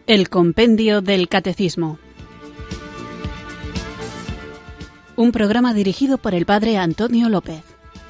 El Compendio del Catecismo. Un programa dirigido por el Padre Antonio López.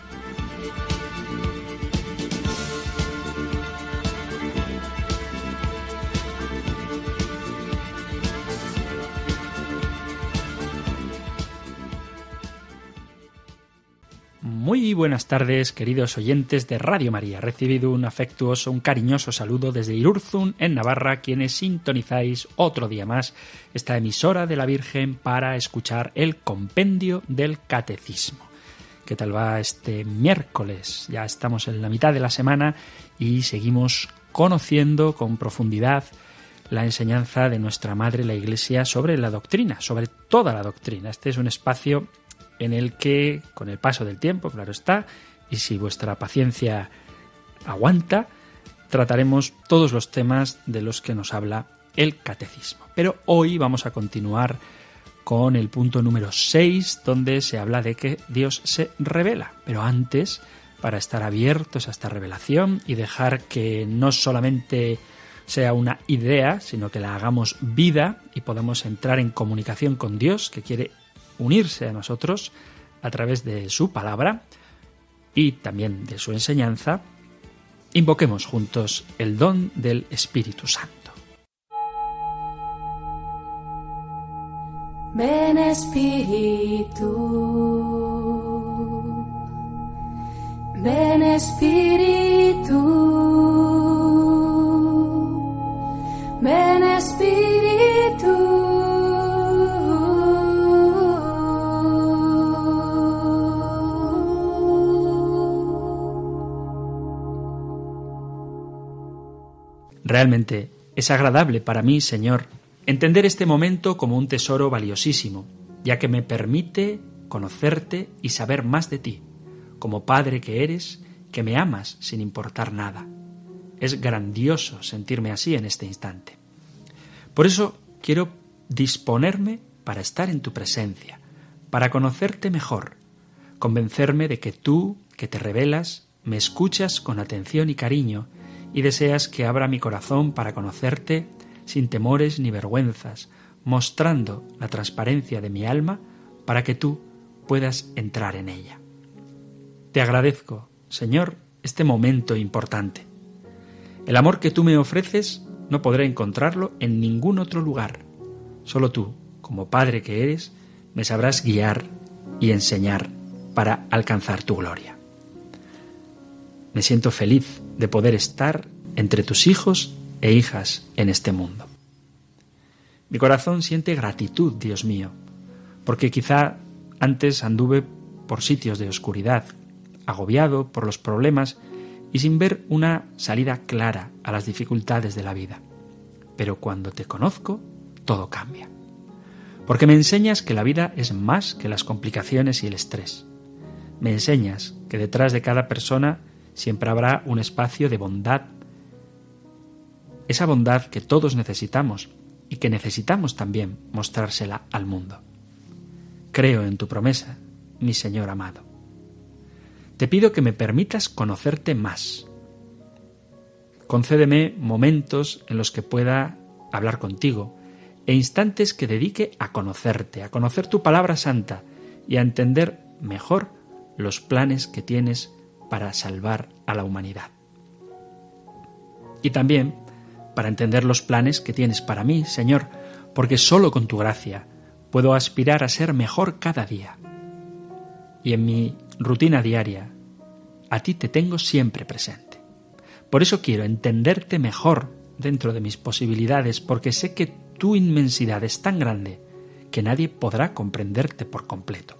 Muy buenas tardes, queridos oyentes de Radio María. Recibido un afectuoso, un cariñoso saludo desde Irurzun, en Navarra, quienes sintonizáis otro día más esta emisora de la Virgen para escuchar el Compendio del Catecismo. ¿Qué tal va este miércoles? Ya estamos en la mitad de la semana y seguimos conociendo con profundidad la enseñanza de nuestra Madre la Iglesia sobre la doctrina, sobre toda la doctrina. Este es un espacio en el que, con el paso del tiempo, claro está, y si vuestra paciencia aguanta, trataremos todos los temas de los que nos habla el Catecismo. Pero hoy vamos a continuar con el punto número 6, donde se habla de que Dios se revela. Pero antes, para estar abiertos a esta revelación y dejar que no solamente sea una idea, sino que la hagamos vida y podamos entrar en comunicación con Dios, que quiere unirse a nosotros a través de su palabra y también de su enseñanza, invoquemos juntos el don del Espíritu Santo. Ven Espíritu, ven Espíritu, ven Espíritu. Realmente es agradable para mí, Señor, entender este momento como un tesoro valiosísimo, ya que me permite conocerte y saber más de ti, como Padre que eres, que me amas sin importar nada. Es grandioso sentirme así en este instante. Por eso quiero disponerme para estar en tu presencia, para conocerte mejor, convencerme de que tú, que te revelas, me escuchas con atención y cariño, y deseas que abra mi corazón para conocerte sin temores ni vergüenzas, mostrando la transparencia de mi alma para que tú puedas entrar en ella. Te agradezco, Señor, este momento importante. El amor que tú me ofreces no podré encontrarlo en ningún otro lugar. Solo tú, como Padre que eres, me sabrás guiar y enseñar para alcanzar tu gloria. Me siento feliz de poder estar entre tus hijos e hijas en este mundo. Mi corazón siente gratitud, Dios mío, porque quizá antes anduve por sitios de oscuridad, agobiado por los problemas y sin ver una salida clara a las dificultades de la vida. Pero cuando te conozco, todo cambia. Porque me enseñas que la vida es más que las complicaciones y el estrés. Me enseñas que detrás de cada persona siempre habrá un espacio de bondad, esa bondad que todos necesitamos y que necesitamos también mostrársela al mundo. Creo en tu promesa, mi Señor amado. Te pido que me permitas conocerte más. Concédeme momentos en los que pueda hablar contigo e instantes que dedique a conocerte, a conocer tu palabra santa y a entender mejor los planes que tienes para salvar a la humanidad. Y también para entender los planes que tienes para mí, Señor, porque solo con tu gracia puedo aspirar a ser mejor cada día. Y en mi rutina diaria, a ti te tengo siempre presente. Por eso quiero entenderte mejor dentro de mis posibilidades, porque sé que tu inmensidad es tan grande que nadie podrá comprenderte por completo.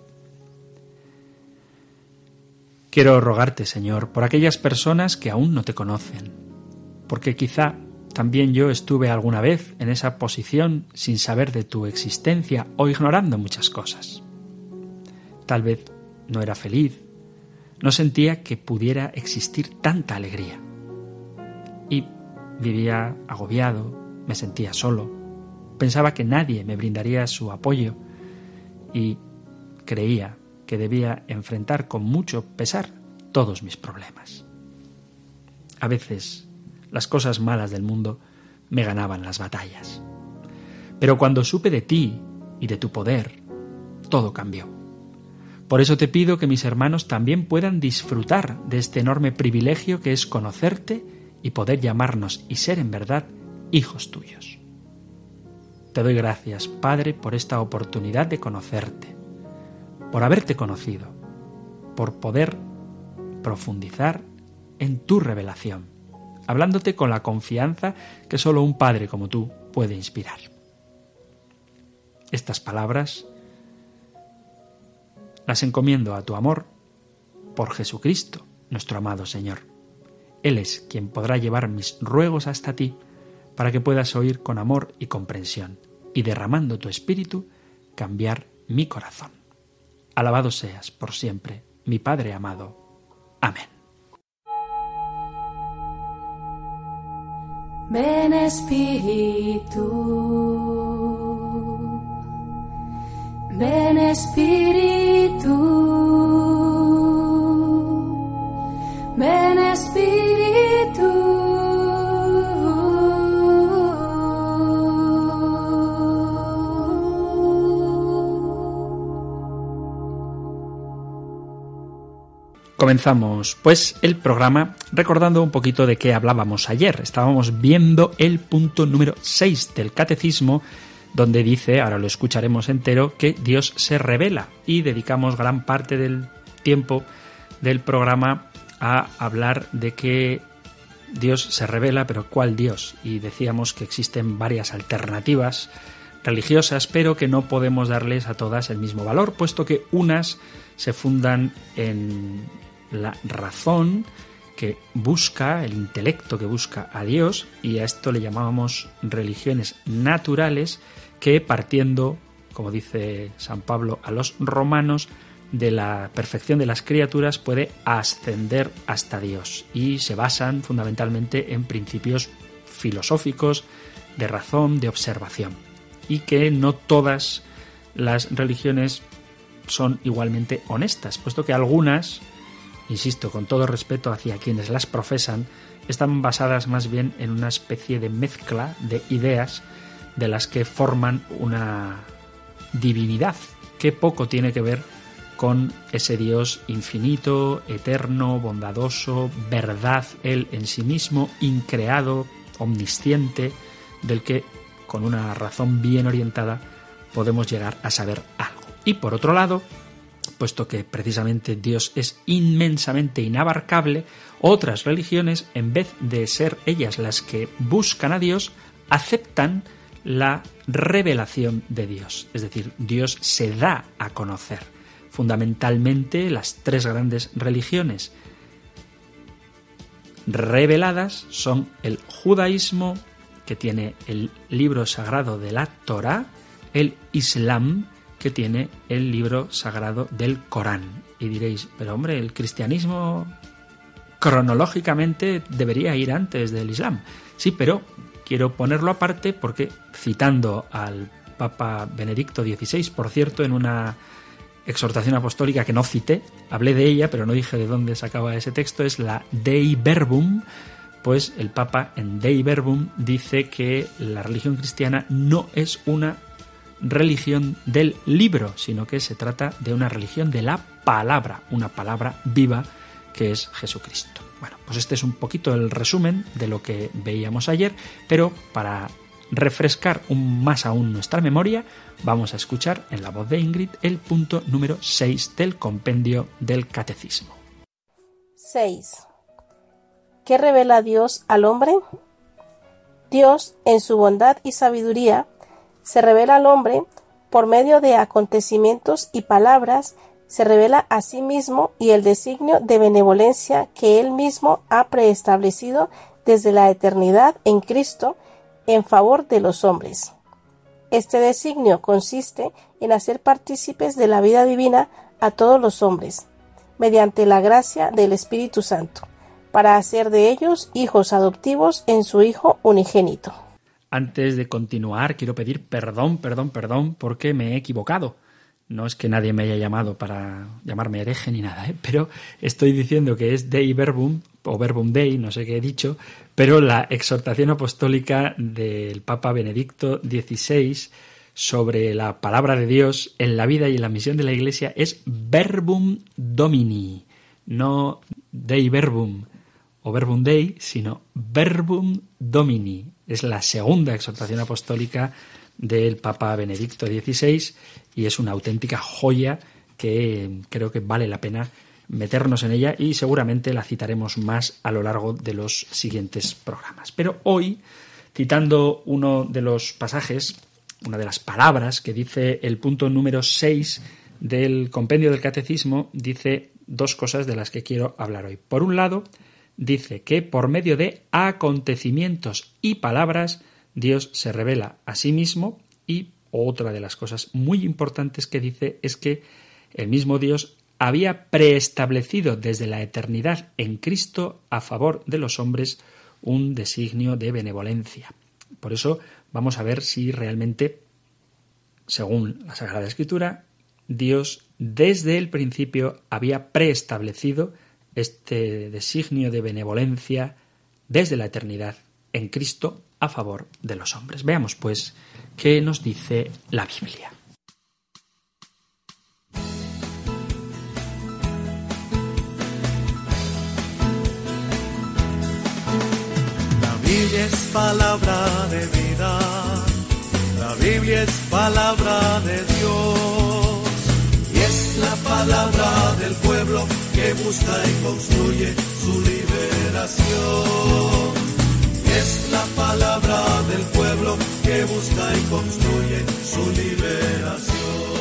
Quiero rogarte, Señor, por aquellas personas que aún no te conocen, porque quizá también yo estuve alguna vez en esa posición sin saber de tu existencia o ignorando muchas cosas. Tal vez no era feliz, no sentía que pudiera existir tanta alegría. Y vivía agobiado, me sentía solo, pensaba que nadie me brindaría su apoyo y creía que debía enfrentar con mucho pesar todos mis problemas. A veces las cosas malas del mundo me ganaban las batallas. Pero cuando supe de ti y de tu poder, todo cambió. Por eso te pido que mis hermanos también puedan disfrutar de este enorme privilegio que es conocerte y poder llamarnos y ser en verdad hijos tuyos. Te doy gracias, Padre, por esta oportunidad de conocerte, por haberte conocido, por poder profundizar en tu revelación, hablándote con la confianza que solo un Padre como tú puede inspirar. Estas palabras las encomiendo a tu amor por Jesucristo, nuestro amado Señor. Él es quien podrá llevar mis ruegos hasta ti para que puedas oír con amor y comprensión y derramando tu espíritu cambiar mi corazón. Alabado seas por siempre, mi Padre amado. Amén. Ven Espíritu, ven Espíritu, ven Espíritu. Comenzamos, pues, el programa recordando un poquito de qué hablábamos ayer. Estábamos viendo el punto número 6 del Catecismo, donde dice, ahora lo escucharemos entero, que Dios se revela. Y dedicamos gran parte del tiempo del programa a hablar de que Dios se revela, pero ¿cuál Dios? Y decíamos que existen varias alternativas religiosas, pero que no podemos darles a todas el mismo valor, puesto que unas se fundan en la razón que busca, el intelecto que busca a Dios, y a esto le llamábamos religiones naturales, que partiendo, como dice San Pablo a los romanos, de la perfección de las criaturas puede ascender hasta Dios, y se basan fundamentalmente en principios filosóficos, de razón, de observación, y que no todas las religiones son igualmente honestas, puesto que algunas, insisto, con todo respeto hacia quienes las profesan, están basadas más bien en una especie de mezcla de ideas de las que forman una divinidad que poco tiene que ver con ese Dios infinito, eterno, bondadoso, verdad, Él en sí mismo, increado, omnisciente, del que con una razón bien orientada podemos llegar a saber algo. Y por otro lado, puesto que precisamente Dios es inmensamente inabarcable, otras religiones, en vez de ser ellas las que buscan a Dios, aceptan la revelación de Dios. Es decir, Dios se da a conocer. Fundamentalmente, las tres grandes religiones reveladas son el judaísmo, que tiene el libro sagrado de la Torá, el Islam, que tiene el libro sagrado del Corán. Y diréis, pero hombre, el cristianismo cronológicamente debería ir antes del Islam. Sí, pero quiero ponerlo aparte porque, citando al Papa Benedicto XVI, por cierto, en una exhortación apostólica que no cité, hablé de ella, pero no dije de dónde sacaba ese texto, es la Dei Verbum, pues el Papa en Dei Verbum dice que la religión cristiana no es una religión del libro, sino que se trata de una religión de la palabra, una palabra viva que es Jesucristo. Bueno, pues este es un poquito el resumen de lo que veíamos ayer, pero para refrescar más aún nuestra memoria, vamos a escuchar en la voz de Ingrid el punto número 6 del compendio del Catecismo. 6. ¿Qué revela Dios al hombre? Dios, en su bondad y sabiduría, se revela al hombre por medio de acontecimientos y palabras, se revela a sí mismo y el designio de benevolencia que Él mismo ha preestablecido desde la eternidad en Cristo en favor de los hombres. Este designio consiste en hacer partícipes de la vida divina a todos los hombres, mediante la gracia del Espíritu Santo, para hacer de ellos hijos adoptivos en su Hijo unigénito. Antes de continuar, quiero pedir perdón, porque me he equivocado. No es que nadie me haya llamado para llamarme hereje ni nada, pero estoy diciendo que es Dei Verbum, o Verbum Dei, no sé qué he dicho, pero la exhortación apostólica del Papa Benedicto XVI sobre la palabra de Dios en la vida y en la misión de la Iglesia es Verbum Domini, no Dei Verbum o Verbum Dei, sino Verbum Domini. Es la segunda exhortación apostólica del Papa Benedicto XVI y es una auténtica joya que creo que vale la pena meternos en ella y seguramente la citaremos más a lo largo de los siguientes programas. Pero hoy, citando uno de los pasajes, una de las palabras que dice el punto número 6 del compendio del Catecismo, dice dos cosas de las que quiero hablar hoy. Por un lado, dice que por medio de acontecimientos y palabras Dios se revela a sí mismo, y otra de las cosas muy importantes que dice es que el mismo Dios había preestablecido desde la eternidad en Cristo a favor de los hombres un designio de benevolencia. Por eso vamos a ver si realmente, según la Sagrada Escritura, Dios desde el principio había preestablecido este designio de benevolencia desde la eternidad en Cristo a favor de los hombres. Veamos, pues, qué nos dice la Biblia. La Biblia es palabra de vida, la Biblia es palabra de Dios, y es la palabra del pueblo que busca y construye su liberación. Es la palabra del pueblo que busca y construye su liberación.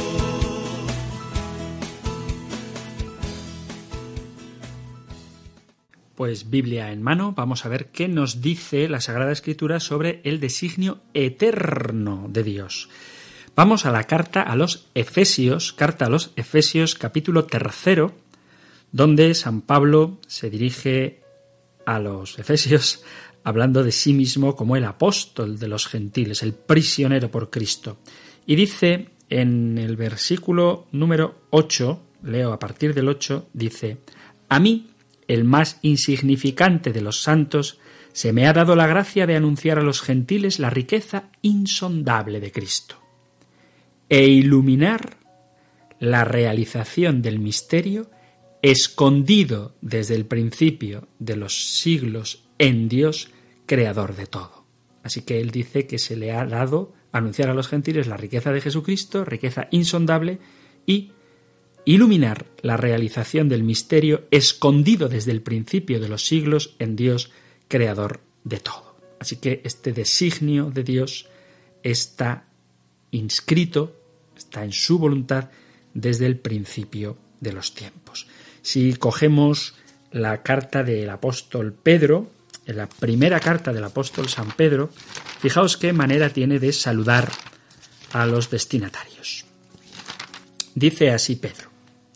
Pues Biblia en mano, vamos a ver qué nos dice la Sagrada Escritura sobre el designio eterno de Dios. Vamos a la carta a los Efesios, capítulo 3, donde San Pablo se dirige a los Efesios hablando de sí mismo como el apóstol de los gentiles, el prisionero por Cristo. Y dice en el versículo número 8, leo a partir del 8, dice: a mí, el más insignificante de los santos, se me ha dado la gracia de anunciar a los gentiles la riqueza insondable de Cristo e iluminar la realización del misterio escondido desde el principio de los siglos en Dios, creador de todo. Así que él dice que se le ha dado anunciar a los gentiles la riqueza de Jesucristo, riqueza insondable, y iluminar la realización del misterio escondido desde el principio de los siglos en Dios, creador de todo. Así que este designio de Dios está inscrito, está en su voluntad desde el principio de los tiempos. Si cogemos la carta del apóstol Pedro, en la primera carta del apóstol San Pedro, fijaos qué manera tiene de saludar a los destinatarios. Dice así Pedro.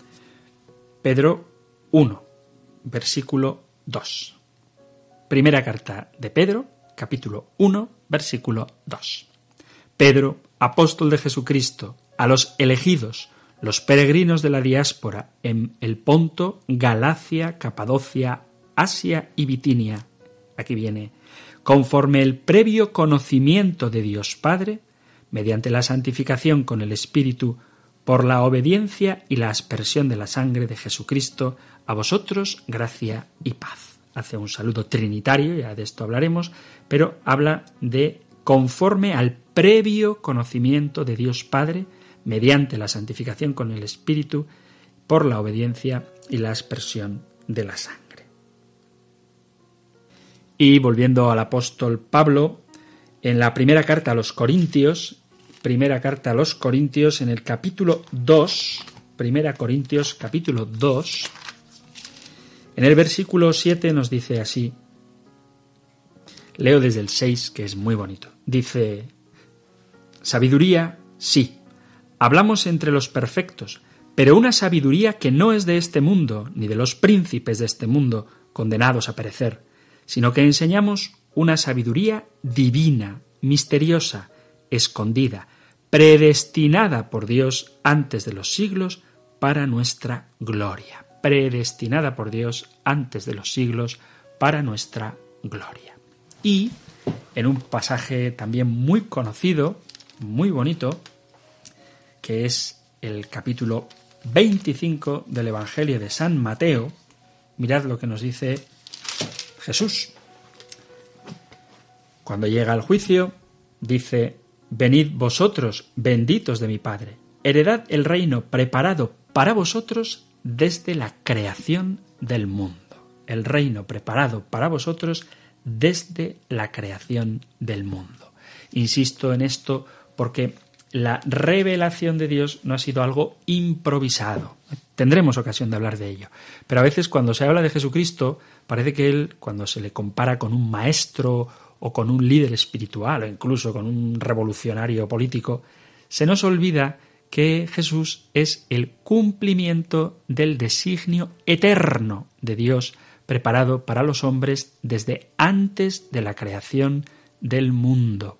Pedro 1, versículo 2. Primera carta de Pedro, capítulo 1, versículo 2. Pedro, apóstol de Jesucristo, a los elegidos, los peregrinos de la diáspora en el Ponto, Galacia, Capadocia, Asia y Bitinia. Aquí viene, conforme el previo conocimiento de Dios Padre, mediante la santificación con el Espíritu, por la obediencia y la aspersión de la sangre de Jesucristo, a vosotros gracia y paz. Hace un saludo trinitario, ya de esto hablaremos, pero habla de conforme al previo conocimiento de Dios Padre, mediante la santificación con el Espíritu, por la obediencia y la aspersión de la sangre. Y volviendo al apóstol Pablo, en la primera carta a los Corintios, en el capítulo 2, Primera Corintios, capítulo 2, en el versículo 7 nos dice así, leo desde el 6, que es muy bonito, dice, sabiduría, sí, hablamos entre los perfectos, pero una sabiduría que no es de este mundo, ni de los príncipes de este mundo, condenados a perecer, sino que enseñamos una sabiduría divina, misteriosa, escondida, predestinada por Dios antes de los siglos para nuestra gloria. Predestinada por Dios antes de los siglos para nuestra gloria. Y en un pasaje también muy conocido, muy bonito, que es el capítulo 25 del Evangelio de San Mateo, mirad lo que nos dice Jesús. Cuando llega al juicio, dice: venid vosotros, benditos de mi Padre, heredad el reino preparado para vosotros desde la creación del mundo. El reino preparado para vosotros desde la creación del mundo. Insisto en esto porque la revelación de Dios no ha sido algo improvisado. Tendremos ocasión de hablar de ello. Pero a veces cuando se habla de Jesucristo, parece que Él, cuando se le compara con un maestro o con un líder espiritual o incluso con un revolucionario político, se nos olvida que Jesús es el cumplimiento del designio eterno de Dios preparado para los hombres desde antes de la creación del mundo.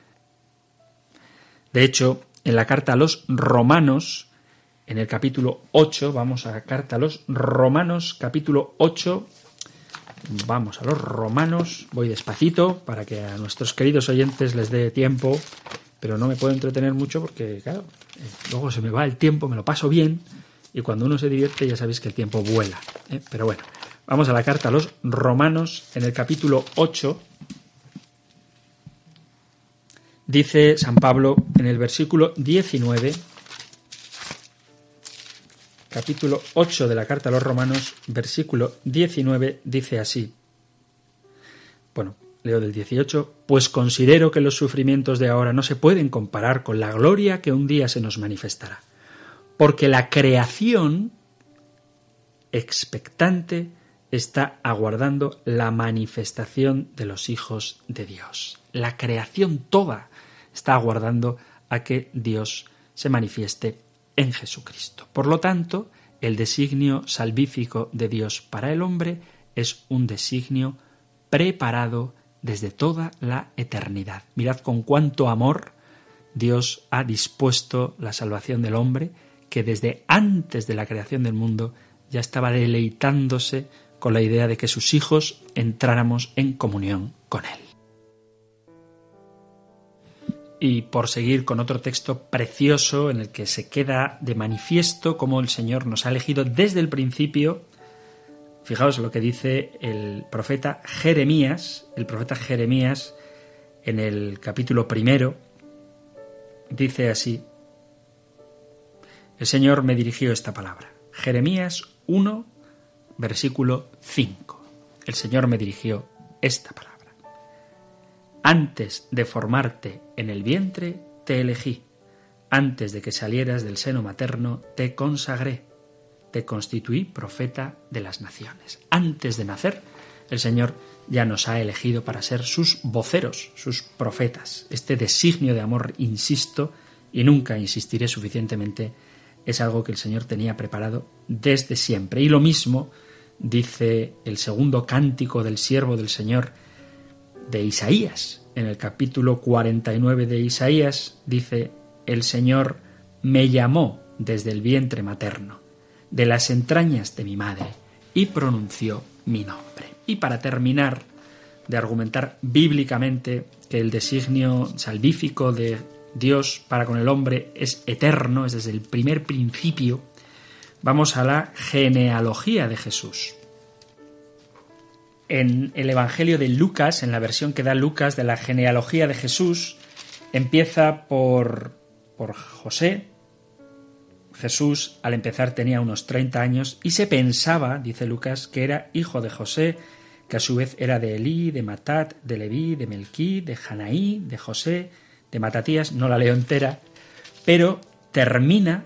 De hecho, en la carta a los Romanos, en el capítulo 8, vamos a la carta a los Romanos, capítulo 8, vamos a los Romanos, voy despacito para que a nuestros queridos oyentes les dé tiempo, pero no me puedo entretener mucho porque, claro, luego se me va el tiempo, me lo paso bien, y cuando uno se divierte ya sabéis que el tiempo vuela, Pero bueno, vamos a la carta a los Romanos, en el capítulo 8, dice San Pablo en el versículo 19, capítulo 8 de la carta a los Romanos, versículo 19, dice así. Bueno, leo del 18. Pues considero que los sufrimientos de ahora no se pueden comparar con la gloria que un día se nos manifestará. Porque la creación expectante está aguardando la manifestación de los hijos de Dios. La creación toda está aguardando a que Dios se manifieste en Jesucristo. Por lo tanto, el designio salvífico de Dios para el hombre es un designio preparado desde toda la eternidad. Mirad con cuánto amor Dios ha dispuesto la salvación del hombre, que desde antes de la creación del mundo ya estaba deleitándose con la idea de que sus hijos entráramos en comunión con Él. Y por seguir con otro texto precioso en el que se queda de manifiesto cómo el Señor nos ha elegido desde el principio, fijaos lo que dice el profeta Jeremías. El profeta Jeremías, en el capítulo 1, dice así: el Señor me dirigió esta palabra. Jeremías 1, versículo 5. El Señor me dirigió esta palabra. Antes de formarte en el vientre, te elegí. Antes de que salieras del seno materno, te consagré. Te constituí profeta de las naciones. Antes de nacer, el Señor ya nos ha elegido para ser sus voceros, sus profetas. Este designio de amor, insisto, y nunca insistiré suficientemente, es algo que el Señor tenía preparado desde siempre. Y lo mismo dice el segundo cántico del siervo del Señor de Isaías. En el capítulo 49 de Isaías dice: el Señor me llamó desde el vientre materno, de las entrañas de mi madre, y pronunció mi nombre. Y para terminar de argumentar bíblicamente que el designio salvífico de Dios para con el hombre es eterno, es desde el primer principio, vamos a la genealogía de Jesús. En el Evangelio de Lucas, en la versión que da Lucas de la genealogía de Jesús, empieza por José. Jesús, al empezar, tenía unos 30 años y se pensaba, dice Lucas, que era hijo de José, que a su vez era de Elí, de Matat, de Leví, de Melquí, de Janaí, de José, de Matatías. No la leo entera, pero termina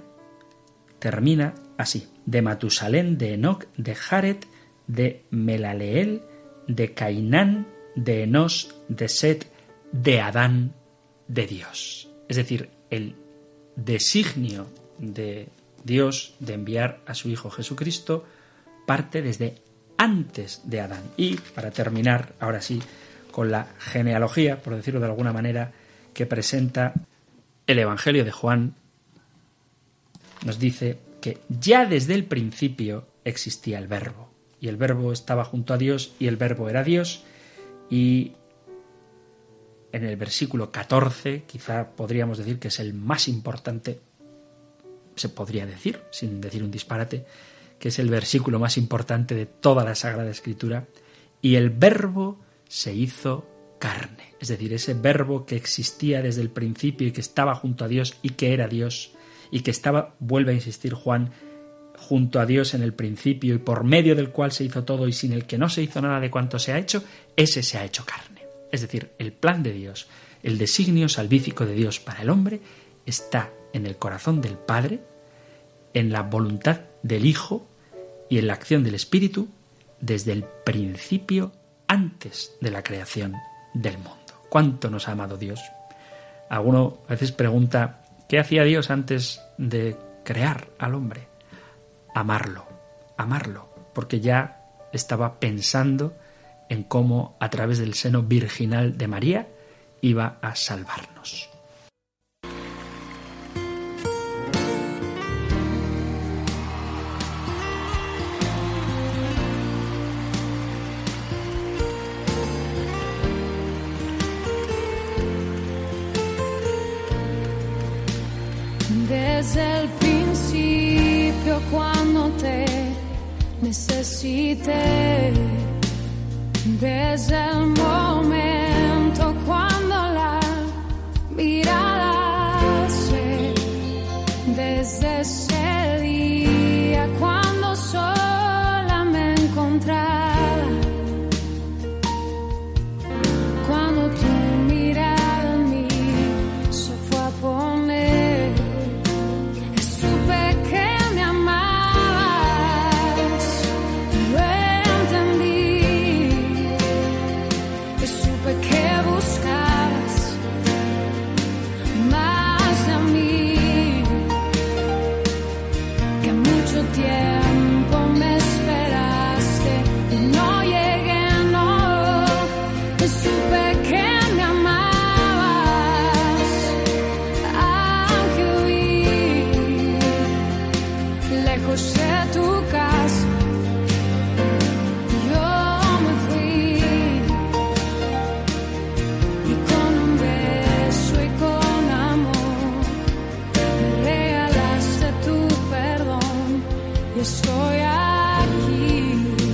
así: de Matusalén, de Enoc, de Jared, de Melaleel, de Cainán, de Enós, de Set, de Adán, de Dios. Es decir, el designio de Dios de enviar a su Hijo Jesucristo parte desde antes de Adán. Y para terminar, ahora sí, con la genealogía, por decirlo de alguna manera, que presenta el Evangelio de Juan nos dice que ya desde el principio existía el Verbo, y el Verbo estaba junto a Dios, y el Verbo era Dios, y en el versículo 14, quizá podríamos decir que es el más importante, se podría decir, sin decir un disparate, que es el versículo más importante de toda la Sagrada Escritura, y el Verbo se hizo carne, es decir, ese Verbo que existía desde el principio y que estaba junto a Dios y que era Dios, y que estaba, vuelve a insistir Juan, junto a Dios en el principio y por medio del cual se hizo todo y sin el que no se hizo nada de cuanto se ha hecho, ese se ha hecho carne. Es decir, el plan de Dios, el designio salvífico de Dios para el hombre está en el corazón del Padre, en la voluntad del Hijo y en la acción del Espíritu desde el principio, antes de la creación del mundo. ¿Cuánto nos ha amado Dios? Alguno a veces pregunta, ¿qué hacía Dios antes de crear al hombre? Amarlo, porque ya estaba pensando en cómo a través del seno virginal de María iba a salvarnos. Desde el principio cuando te necesité, desde el momento cuando la mirada se, desde ese día cuando sola me encontraba, cuando tu mirada en mí se fue a poner, supe que me amabas, lo entendí, supe que buscabas más de mí, que mucho tiempo me esperaste y no llegué, no, supe que me amabas, aunque huí lejos de tu casa, yo me fui y con un beso y con amor me regalaste tu perdón y estoy aquí.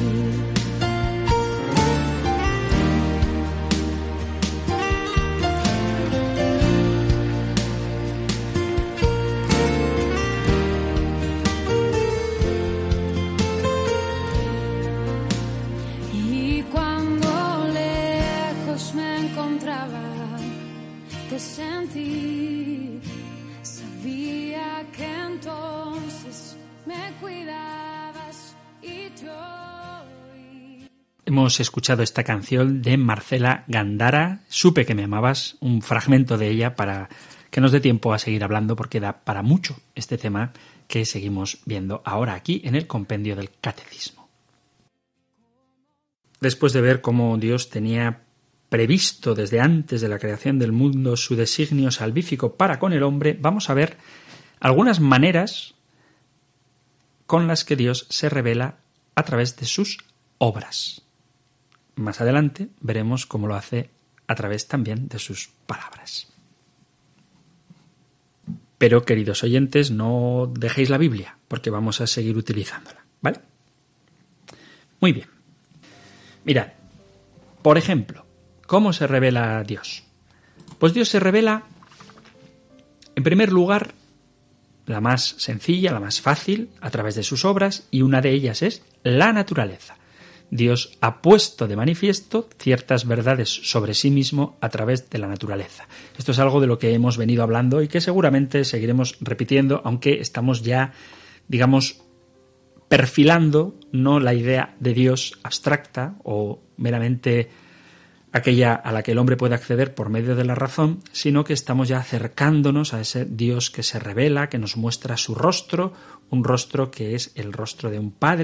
Y cuando lejos me encontraba, te sentí, sabía que entonces me cuidabas y te oí. Hemos escuchado esta canción de Marcela Gándara, Supe que me amabas, un fragmento de ella para que nos dé tiempo a seguir hablando porque da para mucho este tema que seguimos viendo ahora aquí en el compendio del Catecismo. Después de ver cómo Dios tenía previsto desde antes de la creación del mundo su designio salvífico para con el hombre, vamos a ver algunas maneras con las que Dios se revela a través de sus obras. Más adelante veremos cómo lo hace a través también de sus palabras. Pero, queridos oyentes, no dejéis la Biblia, porque vamos a seguir utilizándola, ¿vale? Muy bien. Mirad, por ejemplo, ¿cómo se revela Dios? Pues Dios se revela, en primer lugar, la más sencilla, la más fácil, a través de sus obras, y una de ellas es la naturaleza. Dios ha puesto de manifiesto ciertas verdades sobre sí mismo a través de la naturaleza. Esto es algo de lo que hemos venido hablando y que seguramente seguiremos repitiendo, aunque estamos ya, digamos, perfilando no la idea de Dios abstracta o meramente aquella a la que el hombre puede acceder por medio de la razón, sino que estamos ya acercándonos a ese Dios que se revela, que nos muestra su rostro, un rostro que es el rostro de un padre,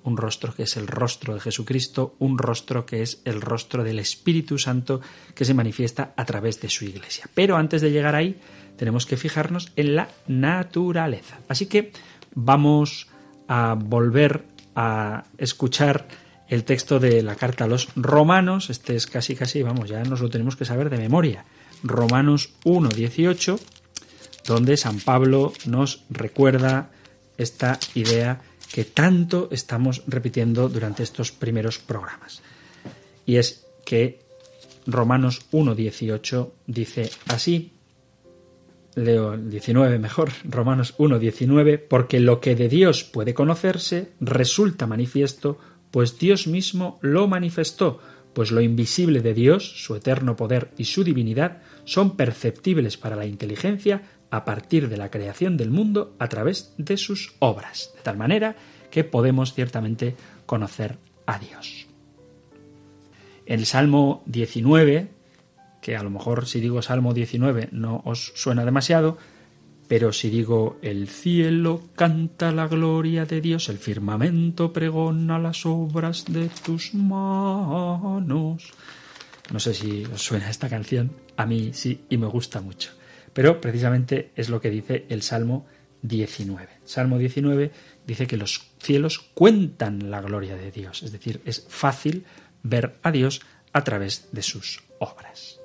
un rostro que es el rostro de Jesucristo, un rostro que es el rostro del Espíritu Santo que se manifiesta a través de su Iglesia. Pero antes de llegar ahí, tenemos que fijarnos en la naturaleza. Así que vamos a volver a escuchar el texto de la carta a los Romanos. Este es casi, vamos, ya nos lo tenemos que saber de memoria. Romanos 1:18, donde San Pablo nos recuerda esta idea que tanto estamos repitiendo durante estos primeros programas. Y es que Romanos 1:18 dice así, leo el 19 mejor, Romanos 1:19, porque lo que de Dios puede conocerse resulta manifiesto, pues Dios mismo lo manifestó, pues lo invisible de Dios, su eterno poder y su divinidad, son perceptibles para la inteligencia a partir de la creación del mundo a través de sus obras, de tal manera que podemos ciertamente conocer a Dios. En el Salmo 19, que a lo mejor si digo Salmo 19 no os suena demasiado, pero si digo el cielo canta la gloria de Dios, el firmamento pregona las obras de tus manos. No sé si os suena esta canción, a mí sí y me gusta mucho. Pero precisamente es lo que dice el Salmo 19. Salmo 19 dice que los cielos cuentan la gloria de Dios, es decir, es fácil ver a Dios a través de sus obras.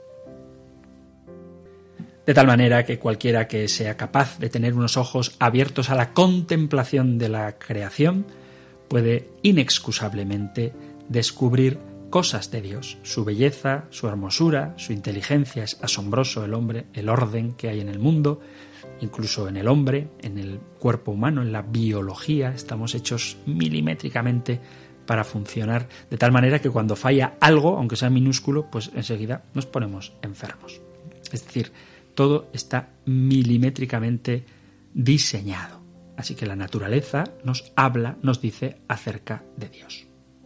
De tal manera que cualquiera que sea capaz de tener unos ojos abiertos a la contemplación de la creación puede inexcusablemente descubrir cosas de Dios, su belleza, su hermosura, su inteligencia. Es asombroso el hombre, el orden que hay en el mundo, incluso en el hombre, en el cuerpo humano, en la biología. Estamos hechos milimétricamente para funcionar, de tal manera que cuando falla algo, aunque sea minúsculo, pues enseguida nos ponemos enfermos. Es decir, todo está milimétricamente diseñado. Así que la naturaleza nos habla, nos dice acerca de Dios.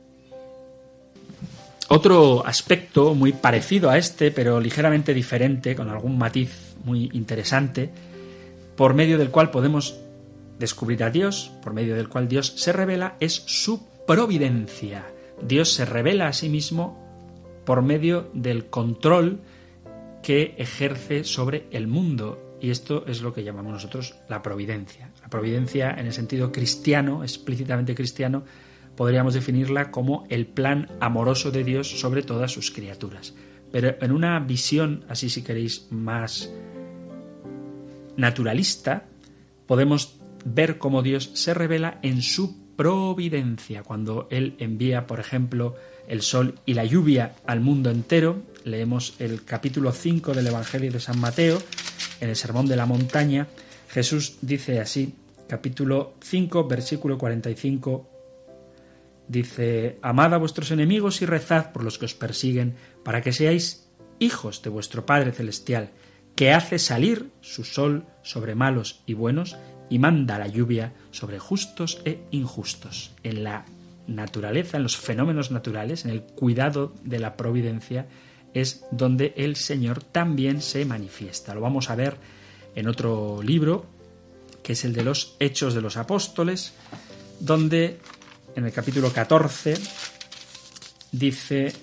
Otro aspecto muy parecido a este, pero ligeramente diferente, con algún matiz muy interesante, por medio del cual podemos descubrir a Dios, por medio del cual Dios se revela, es su providencia. Dios se revela a sí mismo por medio del control que ejerce sobre el mundo. Y esto es lo que llamamos nosotros la providencia. La providencia, en el sentido cristiano, explícitamente cristiano, podríamos definirla como el plan amoroso de Dios sobre todas sus criaturas. Pero en una visión, así si queréis, más naturalista, podemos ver cómo Dios se revela en su providencia. Cuando Él envía, por ejemplo, el sol y la lluvia al mundo entero, leemos el capítulo 5 del Evangelio de San Mateo, en el Sermón de la Montaña, Jesús dice así, capítulo 5, versículo 45, dice: amad a vuestros enemigos y rezad por los que os persiguen, para que seáis hijos de vuestro Padre Celestial, que hace salir su sol sobre malos y buenos y manda la lluvia sobre justos e injustos. En la naturaleza, en los fenómenos naturales, en el cuidado de la providencia, es donde el Señor también se manifiesta. Lo vamos a ver en otro libro, que es el de los Hechos de los Apóstoles, donde en el capítulo 14 dice,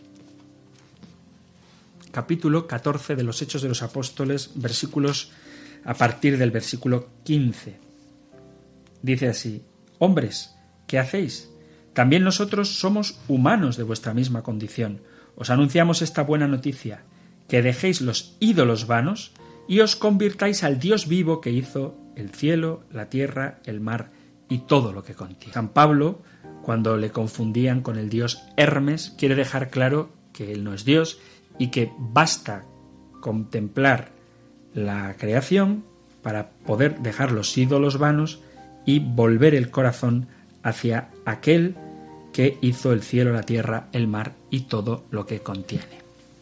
capítulo 14 de los Hechos de los Apóstoles, versículos a partir del versículo 15. Dice así: hombres, ¿qué hacéis? También nosotros somos humanos de vuestra misma condición. Os anunciamos esta buena noticia, que dejéis los ídolos vanos y os convirtáis al Dios vivo que hizo el cielo, la tierra, el mar y todo lo que contiene. San Pablo, cuando le confundían con el dios Hermes, quiere dejar claro que él no es Dios y que basta contemplar la creación para poder dejar los ídolos vanos y volver el corazón hacia aquel que hizo el cielo, la tierra, el mar y todo lo que contiene.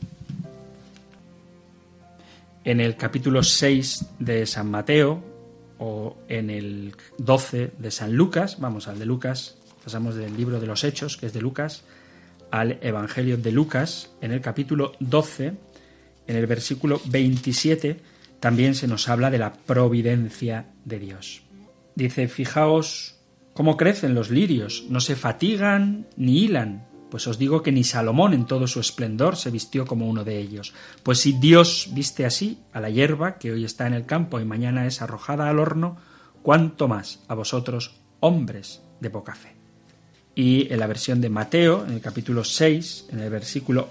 En el capítulo 6 de San Mateo o en el 12 de San Lucas, vamos al de Lucas, pasamos del libro de los Hechos, que es de Lucas, al Evangelio de Lucas, en el capítulo 12, en el versículo 27, también se nos habla de la providencia de Dios. Dice: fijaos cómo crecen los lirios, no se fatigan ni hilan. Pues os digo que ni Salomón en todo su esplendor se vistió como uno de ellos. Pues si Dios viste así a la hierba que hoy está en el campo y mañana es arrojada al horno, ¿cuánto más a vosotros, hombres de poca fe? Y en la versión de Mateo, en el capítulo 6, en el versículo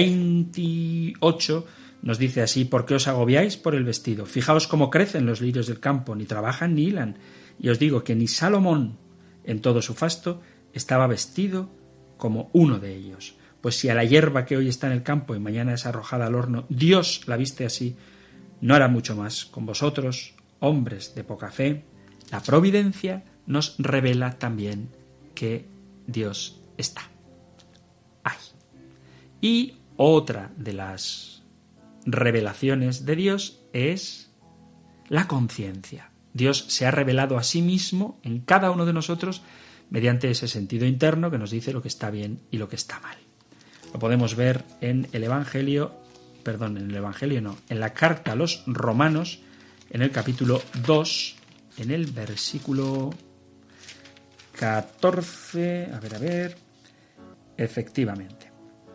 28, nos dice así: ¿por qué os agobiáis por el vestido? Fijaos cómo crecen los lirios del campo, ni trabajan ni hilan. Y os digo que ni Salomón en todo su fasto estaba vestido como uno de ellos. Pues si a la hierba que hoy está en el campo y mañana es arrojada al horno, Dios la viste así, no hará mucho más con vosotros, hombres de poca fe. La providencia nos revela también que Dios está ahí. Y otra de las revelaciones de Dios es la conciencia. Dios se ha revelado a sí mismo en cada uno de nosotros mediante ese sentido interno que nos dice lo que está bien y lo que está mal. Lo podemos ver en el Evangelio, en la carta a los Romanos, en el capítulo 2, en el versículo 14, efectivamente.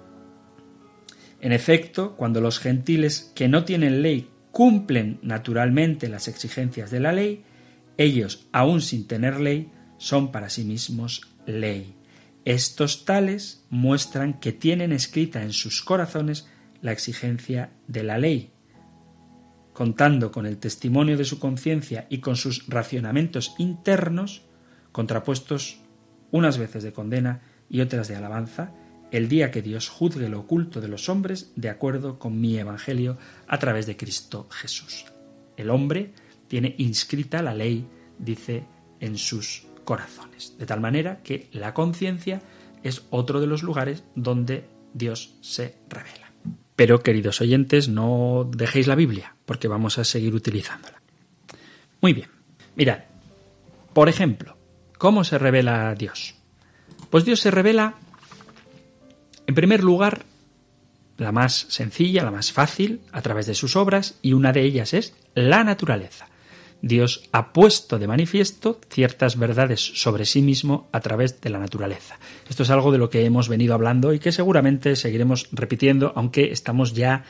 En efecto, cuando los gentiles que no tienen ley cumplen naturalmente las exigencias de la ley, ellos, aun sin tener ley, son para sí mismos ley. Estos tales muestran que tienen escrita en sus corazones la exigencia de la ley, contando con el testimonio de su conciencia y con sus racionamientos internos, contrapuestos unas veces de condena y otras de alabanza, el día que Dios juzgue lo oculto de los hombres de acuerdo con mi evangelio a través de Cristo Jesús. El hombre tiene inscrita la ley, dice, en sus corazones, de tal manera que la conciencia es otro de los lugares donde Dios se revela. Pero, queridos oyentes, no dejéis la Biblia, porque vamos a seguir utilizándola. Muy bien. Mirad, por ejemplo, ¿cómo se revela Dios? Pues Dios se revela, en primer lugar, la más sencilla, la más fácil, a través de sus obras, y una de ellas es la naturaleza. Dios ha puesto de manifiesto ciertas verdades sobre sí mismo a través de la naturaleza. Esto es algo de lo que hemos venido hablando y que seguramente seguiremos repitiendo, aunque estamos ya,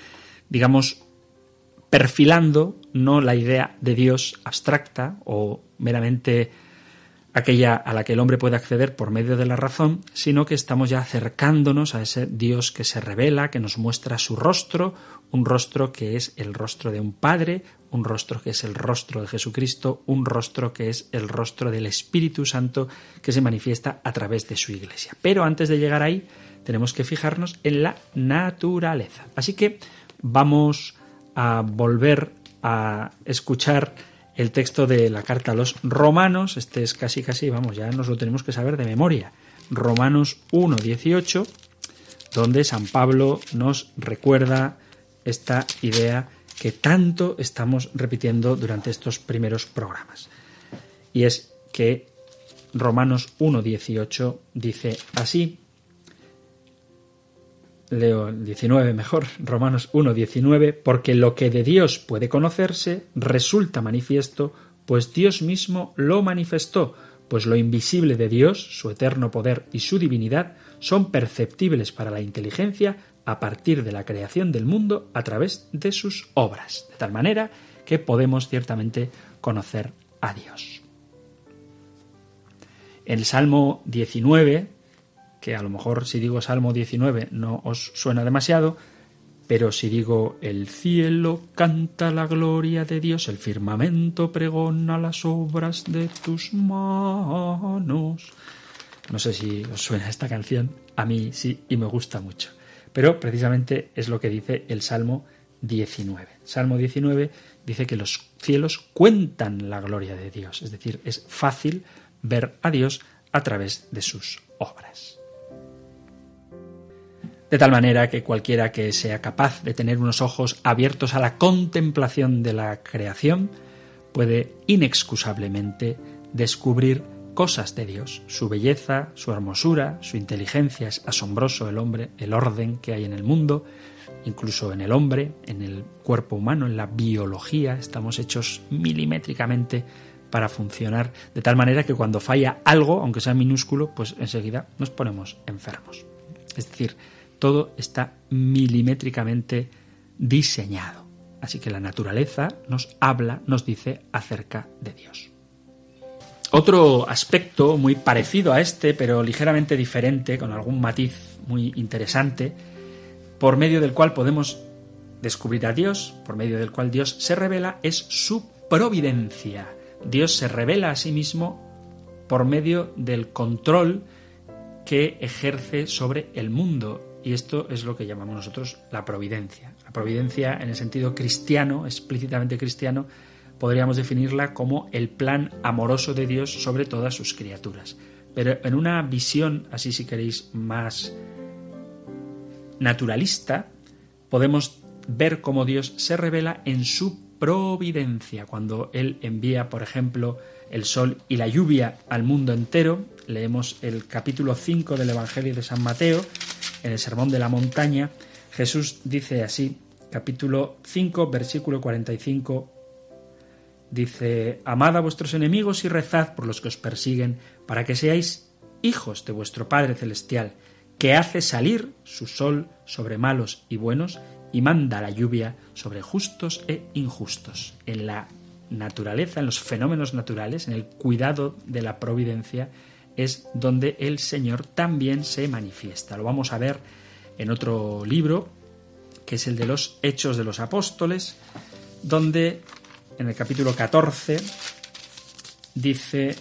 perfilando no la idea de Dios abstracta o meramente aquella a la que el hombre puede acceder por medio de la razón, sino que estamos ya acercándonos a ese Dios que se revela, que nos muestra su rostro, un rostro que es el rostro de un Padre, un rostro que es el rostro de Jesucristo, un rostro que es el rostro del Espíritu Santo que se manifiesta a través de su Iglesia. Pero antes de llegar ahí tenemos que fijarnos en la naturaleza. Así que vamos a volver a escuchar el texto de la carta a los Romanos. Este es casi, ya nos lo tenemos que saber de memoria. Romanos 1:18, donde San Pablo nos recuerda esta idea que tanto estamos repitiendo durante estos primeros programas. Y es que Romanos 1:18 dice así, leo el 19 mejor, Romanos 1:19, porque lo que de Dios puede conocerse resulta manifiesto, pues Dios mismo lo manifestó, pues lo invisible de Dios, su eterno poder y su divinidad, son perceptibles para la inteligencia a partir de la creación del mundo a través de sus obras, de tal manera que podemos ciertamente conocer a Dios. En el Salmo 19, que a lo mejor si digo Salmo 19 no os suena demasiado, pero si digo el cielo canta la gloria de Dios, el firmamento pregona las obras de tus manos. No sé si os suena esta canción, a mí sí, y me gusta mucho. Pero precisamente es lo que dice el Salmo 19. Salmo 19 dice que los cielos cuentan la gloria de Dios, es decir, es fácil ver a Dios a través de sus obras. De tal manera que cualquiera que sea capaz de tener unos ojos abiertos a la contemplación de la creación puede inexcusablemente descubrir cosas de Dios, su belleza, su hermosura, su inteligencia. Es asombroso el hombre, el orden que hay en el mundo, incluso en el hombre, en el cuerpo humano, en la biología. Estamos hechos milimétricamente para funcionar de tal manera que cuando falla algo, aunque sea minúsculo, pues enseguida nos ponemos enfermos. Es decir, todo está milimétricamente diseñado. Así que la naturaleza nos habla, nos dice acerca de Dios. Otro aspecto muy parecido a este, pero ligeramente diferente, con algún matiz muy interesante, por medio del cual podemos descubrir a Dios, por medio del cual Dios se revela, es su providencia. Dios se revela a sí mismo por medio del control que ejerce sobre el mundo. Y esto es lo que llamamos nosotros la providencia. La providencia, en el sentido cristiano, explícitamente cristiano, podríamos definirla como el plan amoroso de Dios sobre todas sus criaturas. Pero en una visión, así si queréis, más naturalista, podemos ver cómo Dios se revela en su providencia. Cuando Él envía, por ejemplo, el sol y la lluvia al mundo entero, leemos el capítulo 5 del Evangelio de San Mateo, en el Sermón de la Montaña, Jesús dice así, capítulo 5, versículo 45, dice: amad a vuestros enemigos y rezad por los que os persiguen, para que seáis hijos de vuestro Padre Celestial, que hace salir su sol sobre malos y buenos y manda la lluvia sobre justos e injustos. En la naturaleza, en los fenómenos naturales, en el cuidado de la providencia, es donde el Señor también se manifiesta. Lo vamos a ver en otro libro, que es el de los Hechos de los Apóstoles, donde en el capítulo 14 dice,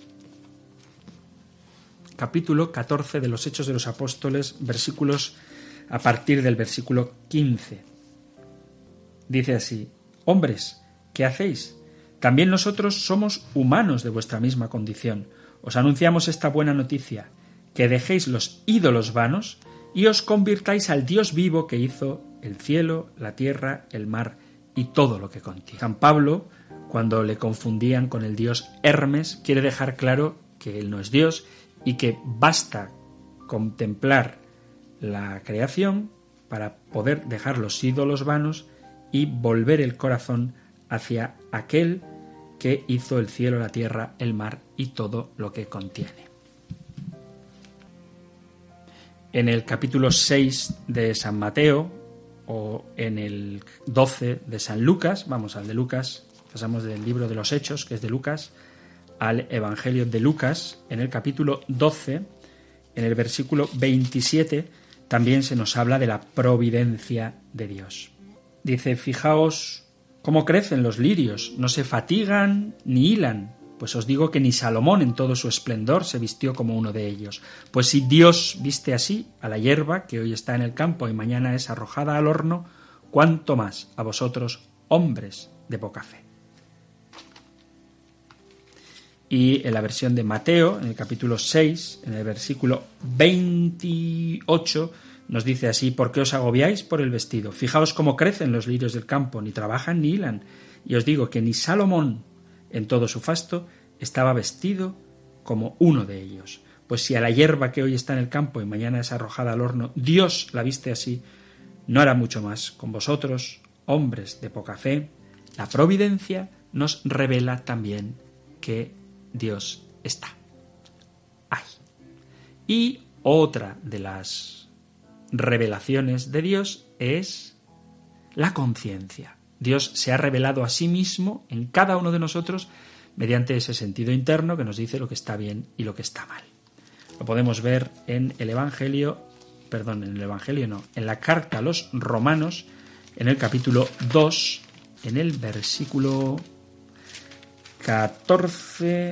capítulo 14 de los Hechos de los Apóstoles, versículos a partir del versículo 15. Dice así: hombres, ¿qué hacéis? También nosotros somos humanos de vuestra misma condición. Os anunciamos esta buena noticia, que dejéis los ídolos vanos y os convirtáis al Dios vivo que hizo el cielo, la tierra, el mar y todo lo que contiene. San Pablo, cuando le confundían con el dios Hermes, quiere dejar claro que él no es Dios y que basta contemplar la creación para poder dejar los ídolos vanos y volver el corazón hacia aquel que hizo el cielo, la tierra, el mar y todo lo que contiene. En el capítulo 6 de San Mateo o en el 12 de San Lucas, vamos al de Lucas, pasamos del libro de los Hechos, que es de Lucas, al Evangelio de Lucas, en el capítulo 12, en el versículo 27, también se nos habla de la providencia de Dios. Dice: fijaos cómo crecen los lirios, no se fatigan ni hilan, pues os digo que ni Salomón en todo su esplendor se vistió como uno de ellos. Pues si Dios viste así a la hierba que hoy está en el campo y mañana es arrojada al horno, ¿cuánto más a vosotros, hombres de poca fe? Y en la versión de Mateo, en el capítulo 6, en el versículo 28, nos dice así: ¿por qué os agobiáis por el vestido? Fijaos cómo crecen los lirios del campo, ni trabajan ni hilan. Y os digo que ni Salomón, en todo su fasto, estaba vestido como uno de ellos. Pues si a la hierba que hoy está en el campo y mañana es arrojada al horno, Dios la viste así, ¿no hará mucho más con vosotros, hombres de poca fe? La providencia nos revela también que Dios está ahí. Y otra de las revelaciones de Dios es la conciencia. Dios se ha revelado a sí mismo en cada uno de nosotros mediante ese sentido interno que nos dice lo que está bien y lo que está mal. Lo podemos ver en el Evangelio, en la carta a los Romanos, en el capítulo 2, en el versículo 14,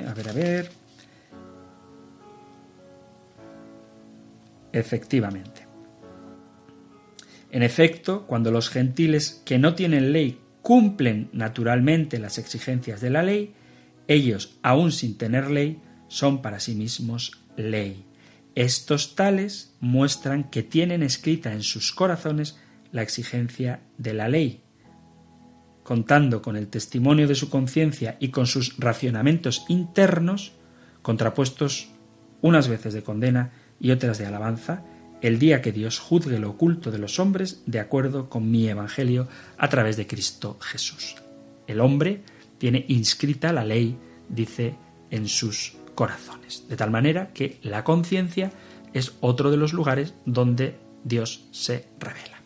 efectivamente. En efecto, cuando los gentiles que no tienen ley cumplen naturalmente las exigencias de la ley, ellos, aun sin tener ley, son para sí mismos ley. Estos tales muestran que tienen escrita en sus corazones la exigencia de la ley, contando con el testimonio de su conciencia y con sus racionamientos internos, contrapuestos unas veces de condena y otras de alabanza, el día que Dios juzgue lo oculto de los hombres de acuerdo con mi evangelio a través de Cristo Jesús. El hombre tiene inscrita la ley dice en sus corazones. De tal manera que la conciencia es otro de los lugares donde Dios se revela.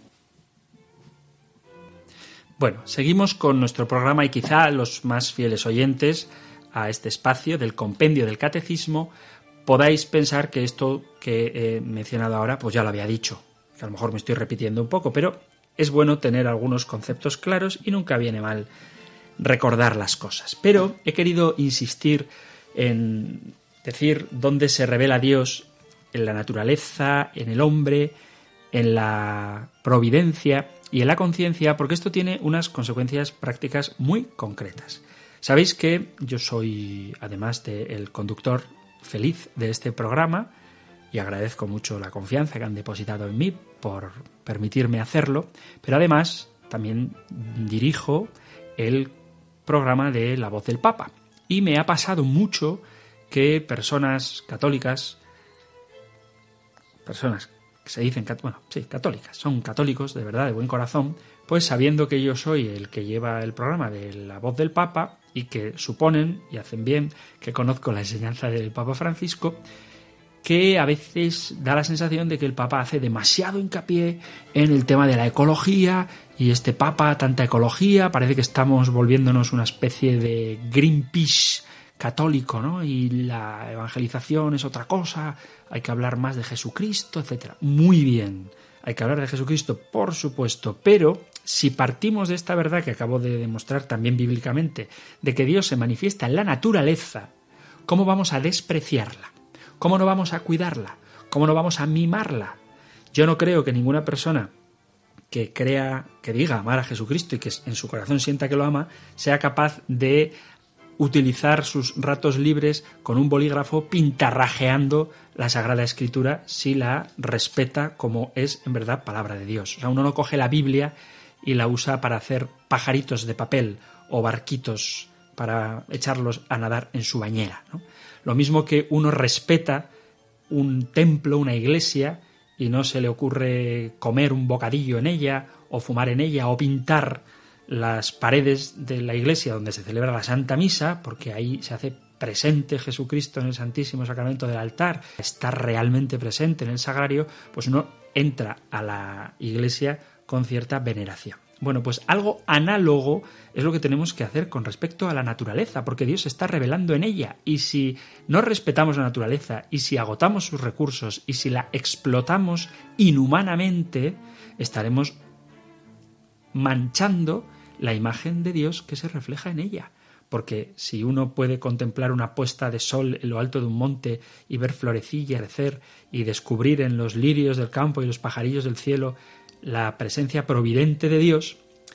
Bueno, seguimos con nuestro programa y quizá los más fieles oyentes a este espacio del compendio del catecismo podáis pensar que esto que he mencionado ahora pues ya lo había dicho, que a lo mejor me estoy repitiendo un poco, pero es bueno tener algunos conceptos claros y nunca viene mal recordar las cosas. Pero he querido insistir en decir dónde se revela Dios en la naturaleza, en el hombre, en la providencia y en la conciencia, porque esto tiene unas consecuencias prácticas muy concretas. Sabéis que yo soy, además del conductor feliz de este programa, y agradezco mucho la confianza que han depositado en mí por permitirme hacerlo, pero además también dirijo el programa de La Voz del Papa. Y me ha pasado mucho que personas católicas, personas que se dicen, católicas, son católicos de verdad, de buen corazón, pues sabiendo que yo soy el que lleva el programa de La Voz del Papa y que suponen, y hacen bien, que conozco la enseñanza del Papa Francisco, que a veces da la sensación de que el Papa hace demasiado hincapié en el tema de la ecología, y este Papa, tanta ecología, parece que estamos volviéndonos una especie de Greenpeace católico, ¿no? Y la evangelización es otra cosa, hay que hablar más de Jesucristo, etcétera. Muy bien, hay que hablar de Jesucristo, por supuesto, pero si partimos de esta verdad que acabo de demostrar también bíblicamente, de que Dios se manifiesta en la naturaleza, ¿cómo vamos a despreciarla? ¿Cómo no vamos a cuidarla? ¿Cómo no vamos a mimarla? Yo no creo que ninguna persona que crea, que diga amar a Jesucristo y que en su corazón sienta que lo ama, sea capaz de utilizar sus ratos libres con un bolígrafo pintarrajeando la Sagrada Escritura si la respeta como es en verdad palabra de Dios. O sea, uno no coge la Biblia y la usa para hacer pajaritos de papel o barquitos para echarlos a nadar en su bañera, ¿no? Lo mismo que uno respeta un templo, una iglesia, y no se le ocurre comer un bocadillo en ella, o fumar en ella, o pintar las paredes de la iglesia donde se celebra la Santa Misa, porque ahí se hace presente Jesucristo en el Santísimo Sacramento del altar, está realmente presente en el sagrario, pues uno entra a la iglesia con cierta veneración. Bueno, pues algo análogo es lo que tenemos que hacer con respecto a la naturaleza, porque Dios se está revelando en ella, y si no respetamos la naturaleza, y si agotamos sus recursos, y si la explotamos inhumanamente, estaremos manchando la imagen de Dios que se refleja en ella. Porque si uno puede contemplar una puesta de sol en lo alto de un monte y ver florecilla, crecer, y descubrir en los lirios del campo y los pajarillos del cielo la presencia providente de Dios,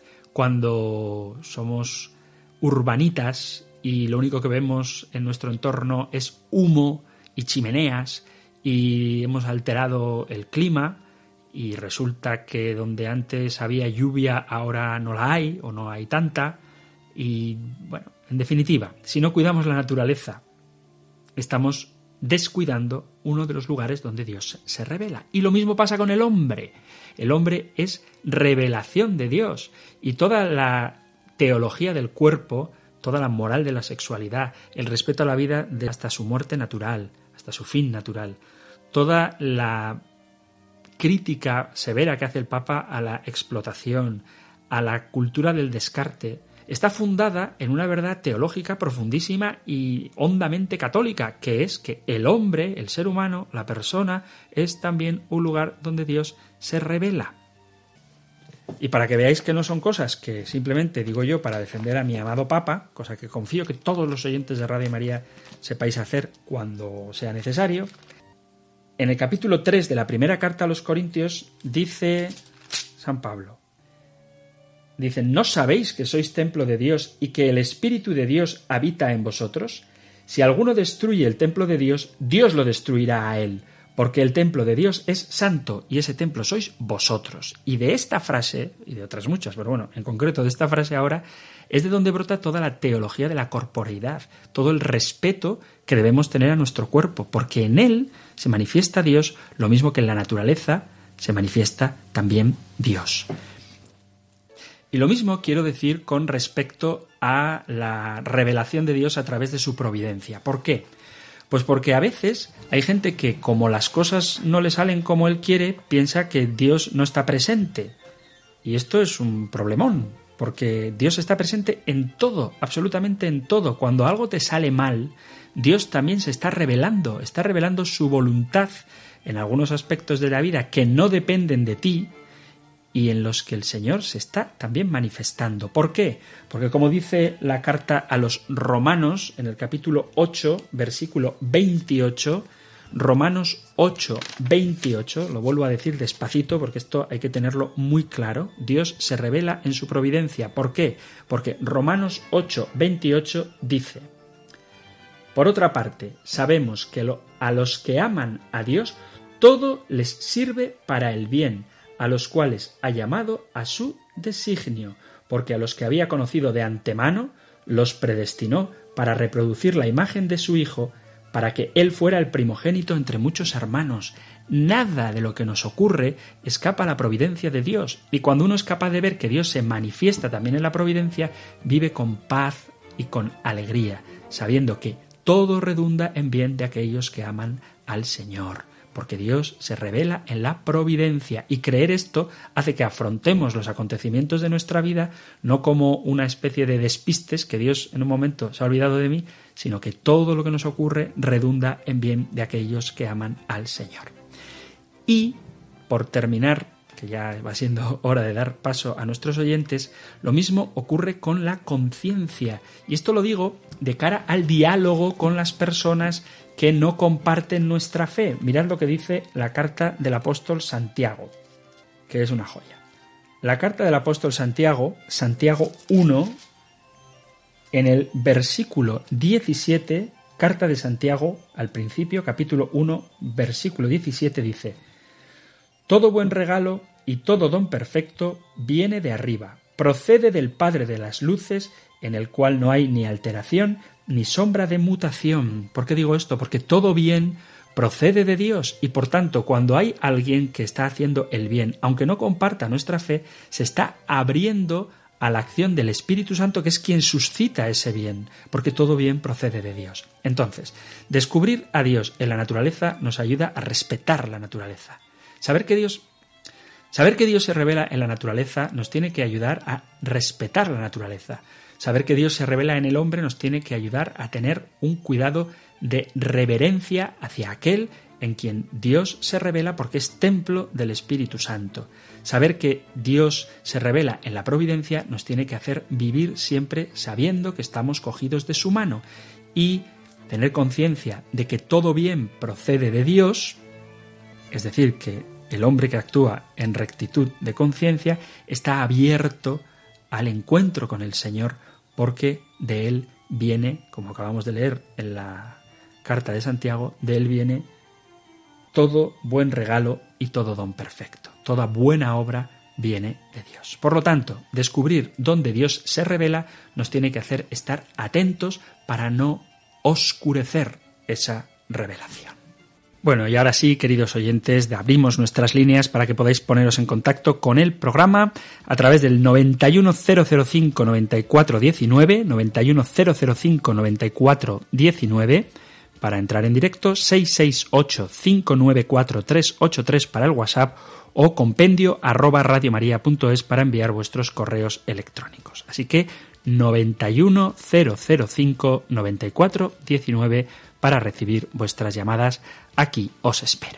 cuando somos urbanitas y lo único que vemos en nuestro entorno es humo y chimeneas y hemos alterado el clima y resulta que donde antes había lluvia ahora no la hay o no hay tanta, y bueno, en definitiva, si no cuidamos la naturaleza, estamos descuidando uno de los lugares donde Dios se revela. Y lo mismo pasa con el hombre. El hombre es revelación de Dios, y toda la teología del cuerpo, toda la moral de la sexualidad, el respeto a la vida hasta su muerte natural, hasta su fin natural, toda la crítica severa que hace el Papa a la explotación, a la cultura del descarte, está fundada en una verdad teológica profundísima y hondamente católica, que es que el hombre, el ser humano, la persona, es también un lugar donde Dios se revela. Y para que veáis que no son cosas que simplemente digo yo para defender a mi amado Papa, cosa que confío que todos los oyentes de Radio María sepáis hacer cuando sea necesario, en el capítulo 3 de la primera carta a los Corintios dice San Pablo, dice: ¿no sabéis que sois templo de Dios y que el Espíritu de Dios habita en vosotros? Si alguno destruye el templo de Dios, Dios lo destruirá a él, porque el templo de Dios es santo y ese templo sois vosotros. Y de esta frase, y de otras muchas, pero bueno, en concreto de esta frase ahora, es de donde brota toda la teología de la corporeidad, todo el respeto que debemos tener a nuestro cuerpo, porque en él se manifiesta Dios, lo mismo que en la naturaleza se manifiesta también Dios. Y lo mismo quiero decir con respecto a la revelación de Dios a través de su providencia. ¿Por qué? Pues porque a veces hay gente que, como las cosas no le salen como él quiere, piensa que Dios no está presente. Y esto es un problemón, porque Dios está presente en todo, absolutamente en todo. Cuando algo te sale mal, Dios también se está revelando su voluntad en algunos aspectos de la vida que no dependen de ti y en los que el Señor se está también manifestando. ¿Por qué? Porque como dice la carta a los Romanos, en el capítulo 8, versículo 28, Romanos 8, 28, lo vuelvo a decir despacito porque esto hay que tenerlo muy claro, Dios se revela en su providencia. ¿Por qué? Porque Romanos 8, 28 dice: por otra parte, sabemos que a los que aman a Dios, todo les sirve para el bien, a los cuales ha llamado a su designio, porque a los que había conocido de antemano, los predestinó para reproducir la imagen de su Hijo, para que Él fuera el primogénito entre muchos hermanos. Nada de lo que nos ocurre escapa a la providencia de Dios, y cuando uno es capaz de ver que Dios se manifiesta también en la providencia, vive con paz y con alegría, sabiendo que todo redunda en bien de aquellos que aman al Señor, porque Dios se revela en la providencia, y creer esto hace que afrontemos los acontecimientos de nuestra vida no como una especie de despistes que Dios en un momento se ha olvidado de mí, sino que todo lo que nos ocurre redunda en bien de aquellos que aman al Señor. Y, por terminar, que ya va siendo hora de dar paso a nuestros oyentes, lo mismo ocurre con la conciencia. Y esto lo digo de cara al diálogo con las personas que no comparten nuestra fe. Mirad lo que dice la carta del apóstol Santiago, que es una joya. La carta del apóstol Santiago, Santiago 1, en el versículo 17, carta de Santiago, al principio, capítulo 1, versículo 17, dice: todo buen regalo y todo don perfecto viene de arriba, procede del Padre de las luces, en el cual no hay ni alteración ni sombra de mutación. ¿Por qué digo esto? Porque todo bien procede de Dios, y por tanto, cuando hay alguien que está haciendo el bien, aunque no comparta nuestra fe, se está abriendo a la acción del Espíritu Santo, que es quien suscita ese bien, porque todo bien procede de Dios. Entonces, descubrir a Dios en la naturaleza nos ayuda a respetar la naturaleza. Saber que Dios se revela en la naturaleza nos tiene que ayudar a respetar la naturaleza. Saber que Dios se revela en el hombre nos tiene que ayudar a tener un cuidado de reverencia hacia aquel en quien Dios se revela, porque es templo del Espíritu Santo. Saber que Dios se revela en la providencia nos tiene que hacer vivir siempre sabiendo que estamos cogidos de su mano, y tener conciencia de que todo bien procede de Dios, es decir, que el hombre que actúa en rectitud de conciencia está abierto al encuentro con el Señor, porque de Él viene, como acabamos de leer en la carta de Santiago, de Él viene todo buen regalo y todo don perfecto. Toda buena obra viene de Dios. Por lo tanto, descubrir dónde Dios se revela nos tiene que hacer estar atentos para no oscurecer esa revelación. Bueno, y ahora sí, queridos oyentes, abrimos nuestras líneas para que podáis poneros en contacto con el programa a través del 91005-9419, 91005-9419, para entrar en directo, 668-594-383 para el WhatsApp, o compendio@radiomaria.es para enviar vuestros correos electrónicos. Así que 91005-9419 para recibir vuestras llamadas. Aquí os espero.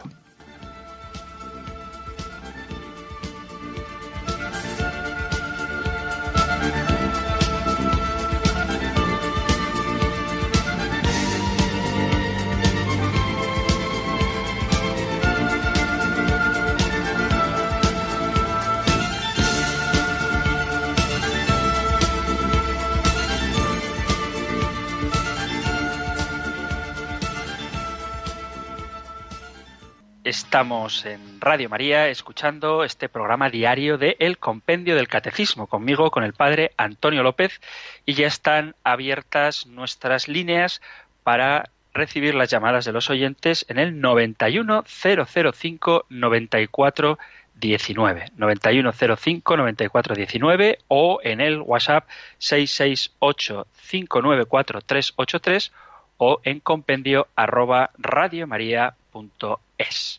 Estamos en Radio María escuchando este programa diario de El Compendio del Catecismo, conmigo, con el padre Antonio López, y ya están abiertas nuestras líneas para recibir las llamadas de los oyentes en el 91005-9419, 91005-9419 o en el WhatsApp 668-594-383 o en compendio@radiomaria.es.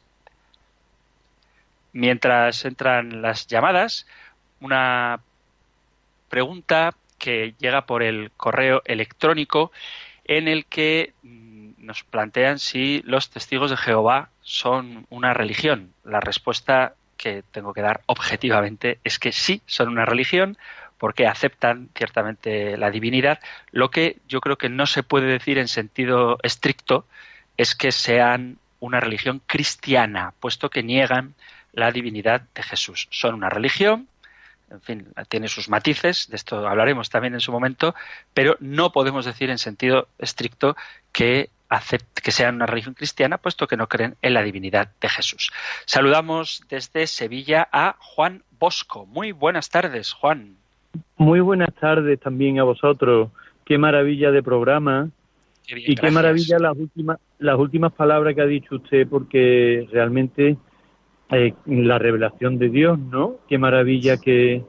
Mientras entran las llamadas, una pregunta que llega por el correo electrónico en el que nos plantean si los testigos de Jehová son una religión. La respuesta que tengo que dar objetivamente es que sí son una religión, porque aceptan ciertamente la divinidad. Lo que yo creo que no se puede decir en sentido estricto es que sean una religión cristiana, puesto que niegan la divinidad de Jesús. Son una religión, en fin, tiene sus matices, de esto hablaremos también en su momento, pero no podemos decir en sentido estricto que sean una religión cristiana, puesto que no creen en la divinidad de Jesús. Saludamos desde Sevilla a Juan Bosco. Muy buenas tardes, Juan. Muy buenas tardes también a vosotros. Qué maravilla de programa. Qué bien, y gracias. qué maravilla las últimas palabras que ha dicho usted, porque realmente la revelación de Dios, ¿no? Qué maravilla que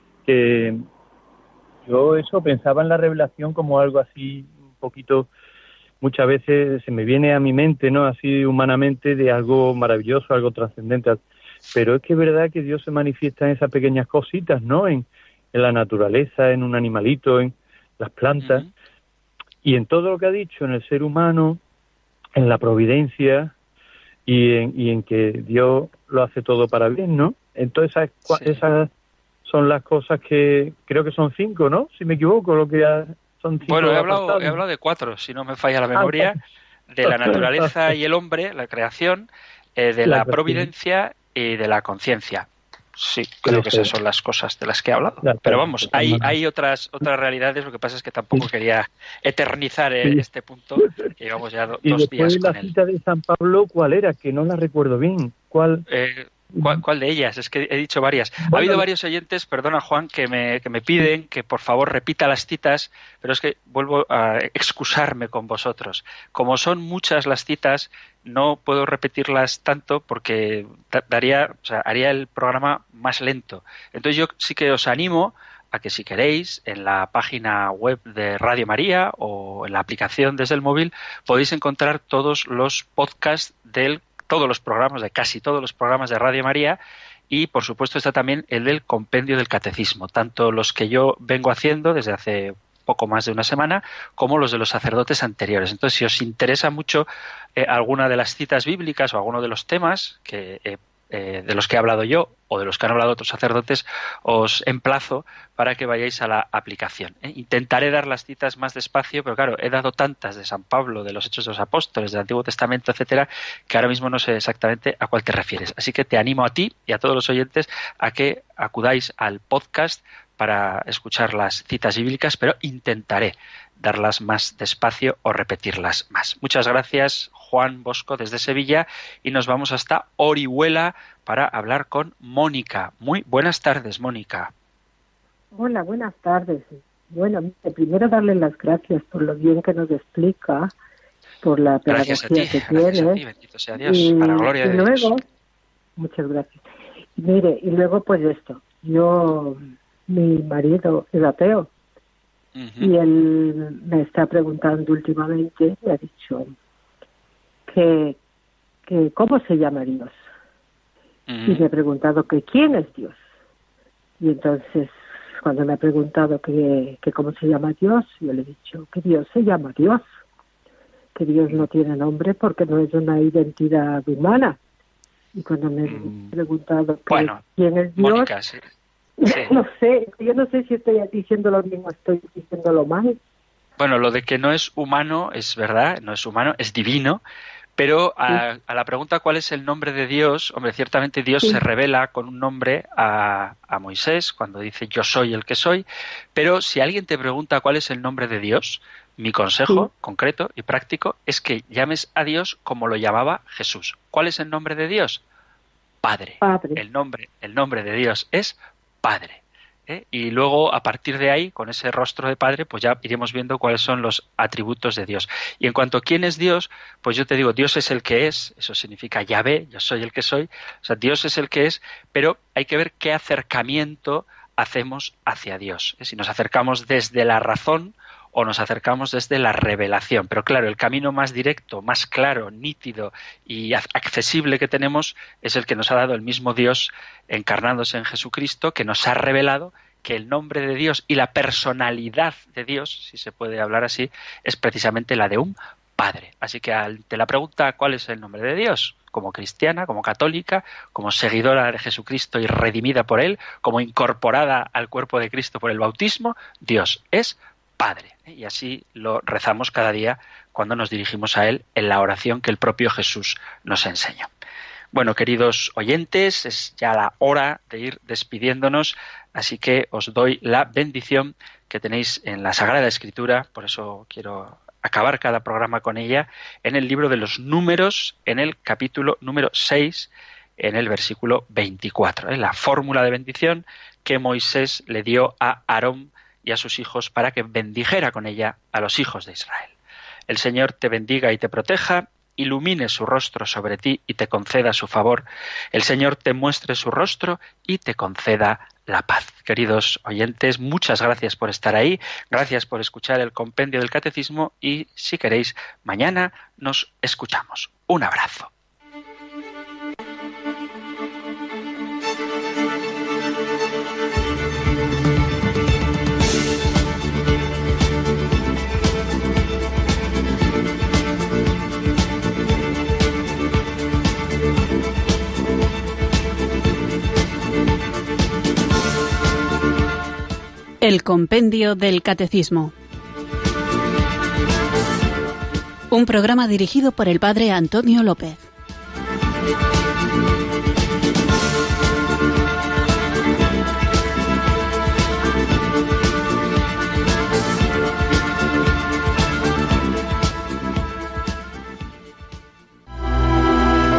yo eso pensaba en la revelación como algo así un poquito, muchas veces se me viene a mi mente, ¿no? Así humanamente, de algo maravilloso, algo trascendente. Pero es que es verdad que Dios se manifiesta en esas pequeñas cositas, ¿no? En la naturaleza, en un animalito, en las plantas, y en todo lo que ha dicho, en el ser humano, en la providencia y en que Dios lo hace todo para bien, ¿no? Entonces esas son las cosas que creo que son 5, ¿no? Si me equivoco, son 5. Bueno, he hablado de 4, si no me falla la memoria, de la naturaleza y el hombre, la creación, de la providencia y de la conciencia. Sí, creo que esas son las cosas de las que he hablado. Pero vamos, hay otras realidades, lo que pasa es que tampoco quería eternizar este punto, que llevamos ya 2 días con él. Y después la cita de San Pablo, ¿cuál era? Que no la recuerdo bien. ¿Cuál de ellas? Es que he dicho varias. Ha habido varios oyentes, perdona Juan, que me piden que por favor repita las citas, pero es que vuelvo a excusarme con vosotros. Como son muchas las citas, no puedo repetirlas tanto porque haría el programa más lento. Entonces yo sí que os animo a que, si queréis, en la página web de Radio María o en la aplicación desde el móvil, podéis encontrar todos los podcasts de casi todos los programas de Radio María, y por supuesto está también el del compendio del catecismo, tanto los que yo vengo haciendo desde hace poco más de una semana, como los de los sacerdotes anteriores. Entonces, si os interesa mucho alguna de las citas bíblicas o alguno de los temas de los que he hablado yo o de los que han hablado otros sacerdotes, os emplazo para que vayáis a la aplicación. Intentaré dar las citas más despacio, pero claro, he dado tantas de San Pablo, de los Hechos de los Apóstoles, del Antiguo Testamento, etcétera, que ahora mismo no sé exactamente a cuál te refieres. Así que te animo a ti y a todos los oyentes a que acudáis al podcast para escuchar las citas bíblicas, pero intentaré darlas más despacio o repetirlas más. Muchas gracias, Juan Bosco, desde Sevilla, y nos vamos hasta Orihuela para hablar con Mónica. Muy buenas tardes, Mónica. Hola, buenas tardes. Bueno, primero darle las gracias por lo bien que nos explica, por la pedagogía que tiene. Gracias a ti, bendito sea Dios, para la gloria de Dios. Muchas gracias. Mire, y luego pues mi marido es ateo. Y él me está preguntando últimamente, me ha dicho que ¿cómo se llama Dios? Y me ha preguntado que ¿quién es Dios? Y entonces, cuando me ha preguntado que ¿cómo se llama Dios? Yo le he dicho que Dios se llama Dios, que Dios no tiene nombre porque no es una identidad humana. Y cuando me ha preguntado quién es Dios, Mónica, sí. No sé, yo no sé si estoy diciéndolo bien o estoy diciéndolo mal. Bueno, lo de que no es humano es verdad, no es humano, es divino, pero a la pregunta ¿cuál es el nombre de Dios? Hombre, ciertamente Dios se revela con un nombre a Moisés cuando dice yo soy el que soy, pero si alguien te pregunta cuál es el nombre de Dios, mi consejo concreto y práctico es que llames a Dios como lo llamaba Jesús. ¿Cuál es el nombre de Dios? Padre. El nombre de Dios es Padre. Y luego, a partir de ahí, con ese rostro de Padre, pues ya iremos viendo cuáles son los atributos de Dios. Y en cuanto a quién es Dios, pues yo te digo, Dios es el que es, eso significa Yahvé, yo soy el que soy, o sea, Dios es el que es, pero hay que ver qué acercamiento hacemos hacia Dios. Si nos acercamos desde la razón o nos acercamos desde la revelación. Pero claro, el camino más directo, más claro, nítido y accesible que tenemos es el que nos ha dado el mismo Dios encarnándose en Jesucristo, que nos ha revelado que el nombre de Dios y la personalidad de Dios, si se puede hablar así, es precisamente la de un Padre. Así que ante la pregunta ¿cuál es el nombre de Dios? Como cristiana, como católica, como seguidora de Jesucristo y redimida por Él, como incorporada al cuerpo de Cristo por el bautismo, Dios es Padre. Y así lo rezamos cada día cuando nos dirigimos a Él en la oración que el propio Jesús nos enseñó. Bueno, queridos oyentes, es ya la hora de ir despidiéndonos, así que os doy la bendición que tenéis en la Sagrada Escritura, por eso quiero acabar cada programa con ella, en el libro de los Números, en el capítulo número 6, en el versículo 24. La fórmula de bendición que Moisés le dio a Aarón y a sus hijos para que bendijera con ella a los hijos de Israel. El Señor te bendiga y te proteja, ilumine su rostro sobre ti y te conceda su favor. El Señor te muestre su rostro y te conceda la paz. Queridos oyentes, muchas gracias por estar ahí, gracias por escuchar el compendio del Catecismo y, si queréis, mañana nos escuchamos. Un abrazo. El compendio del Catecismo. Un programa dirigido por el Padre Antonio López.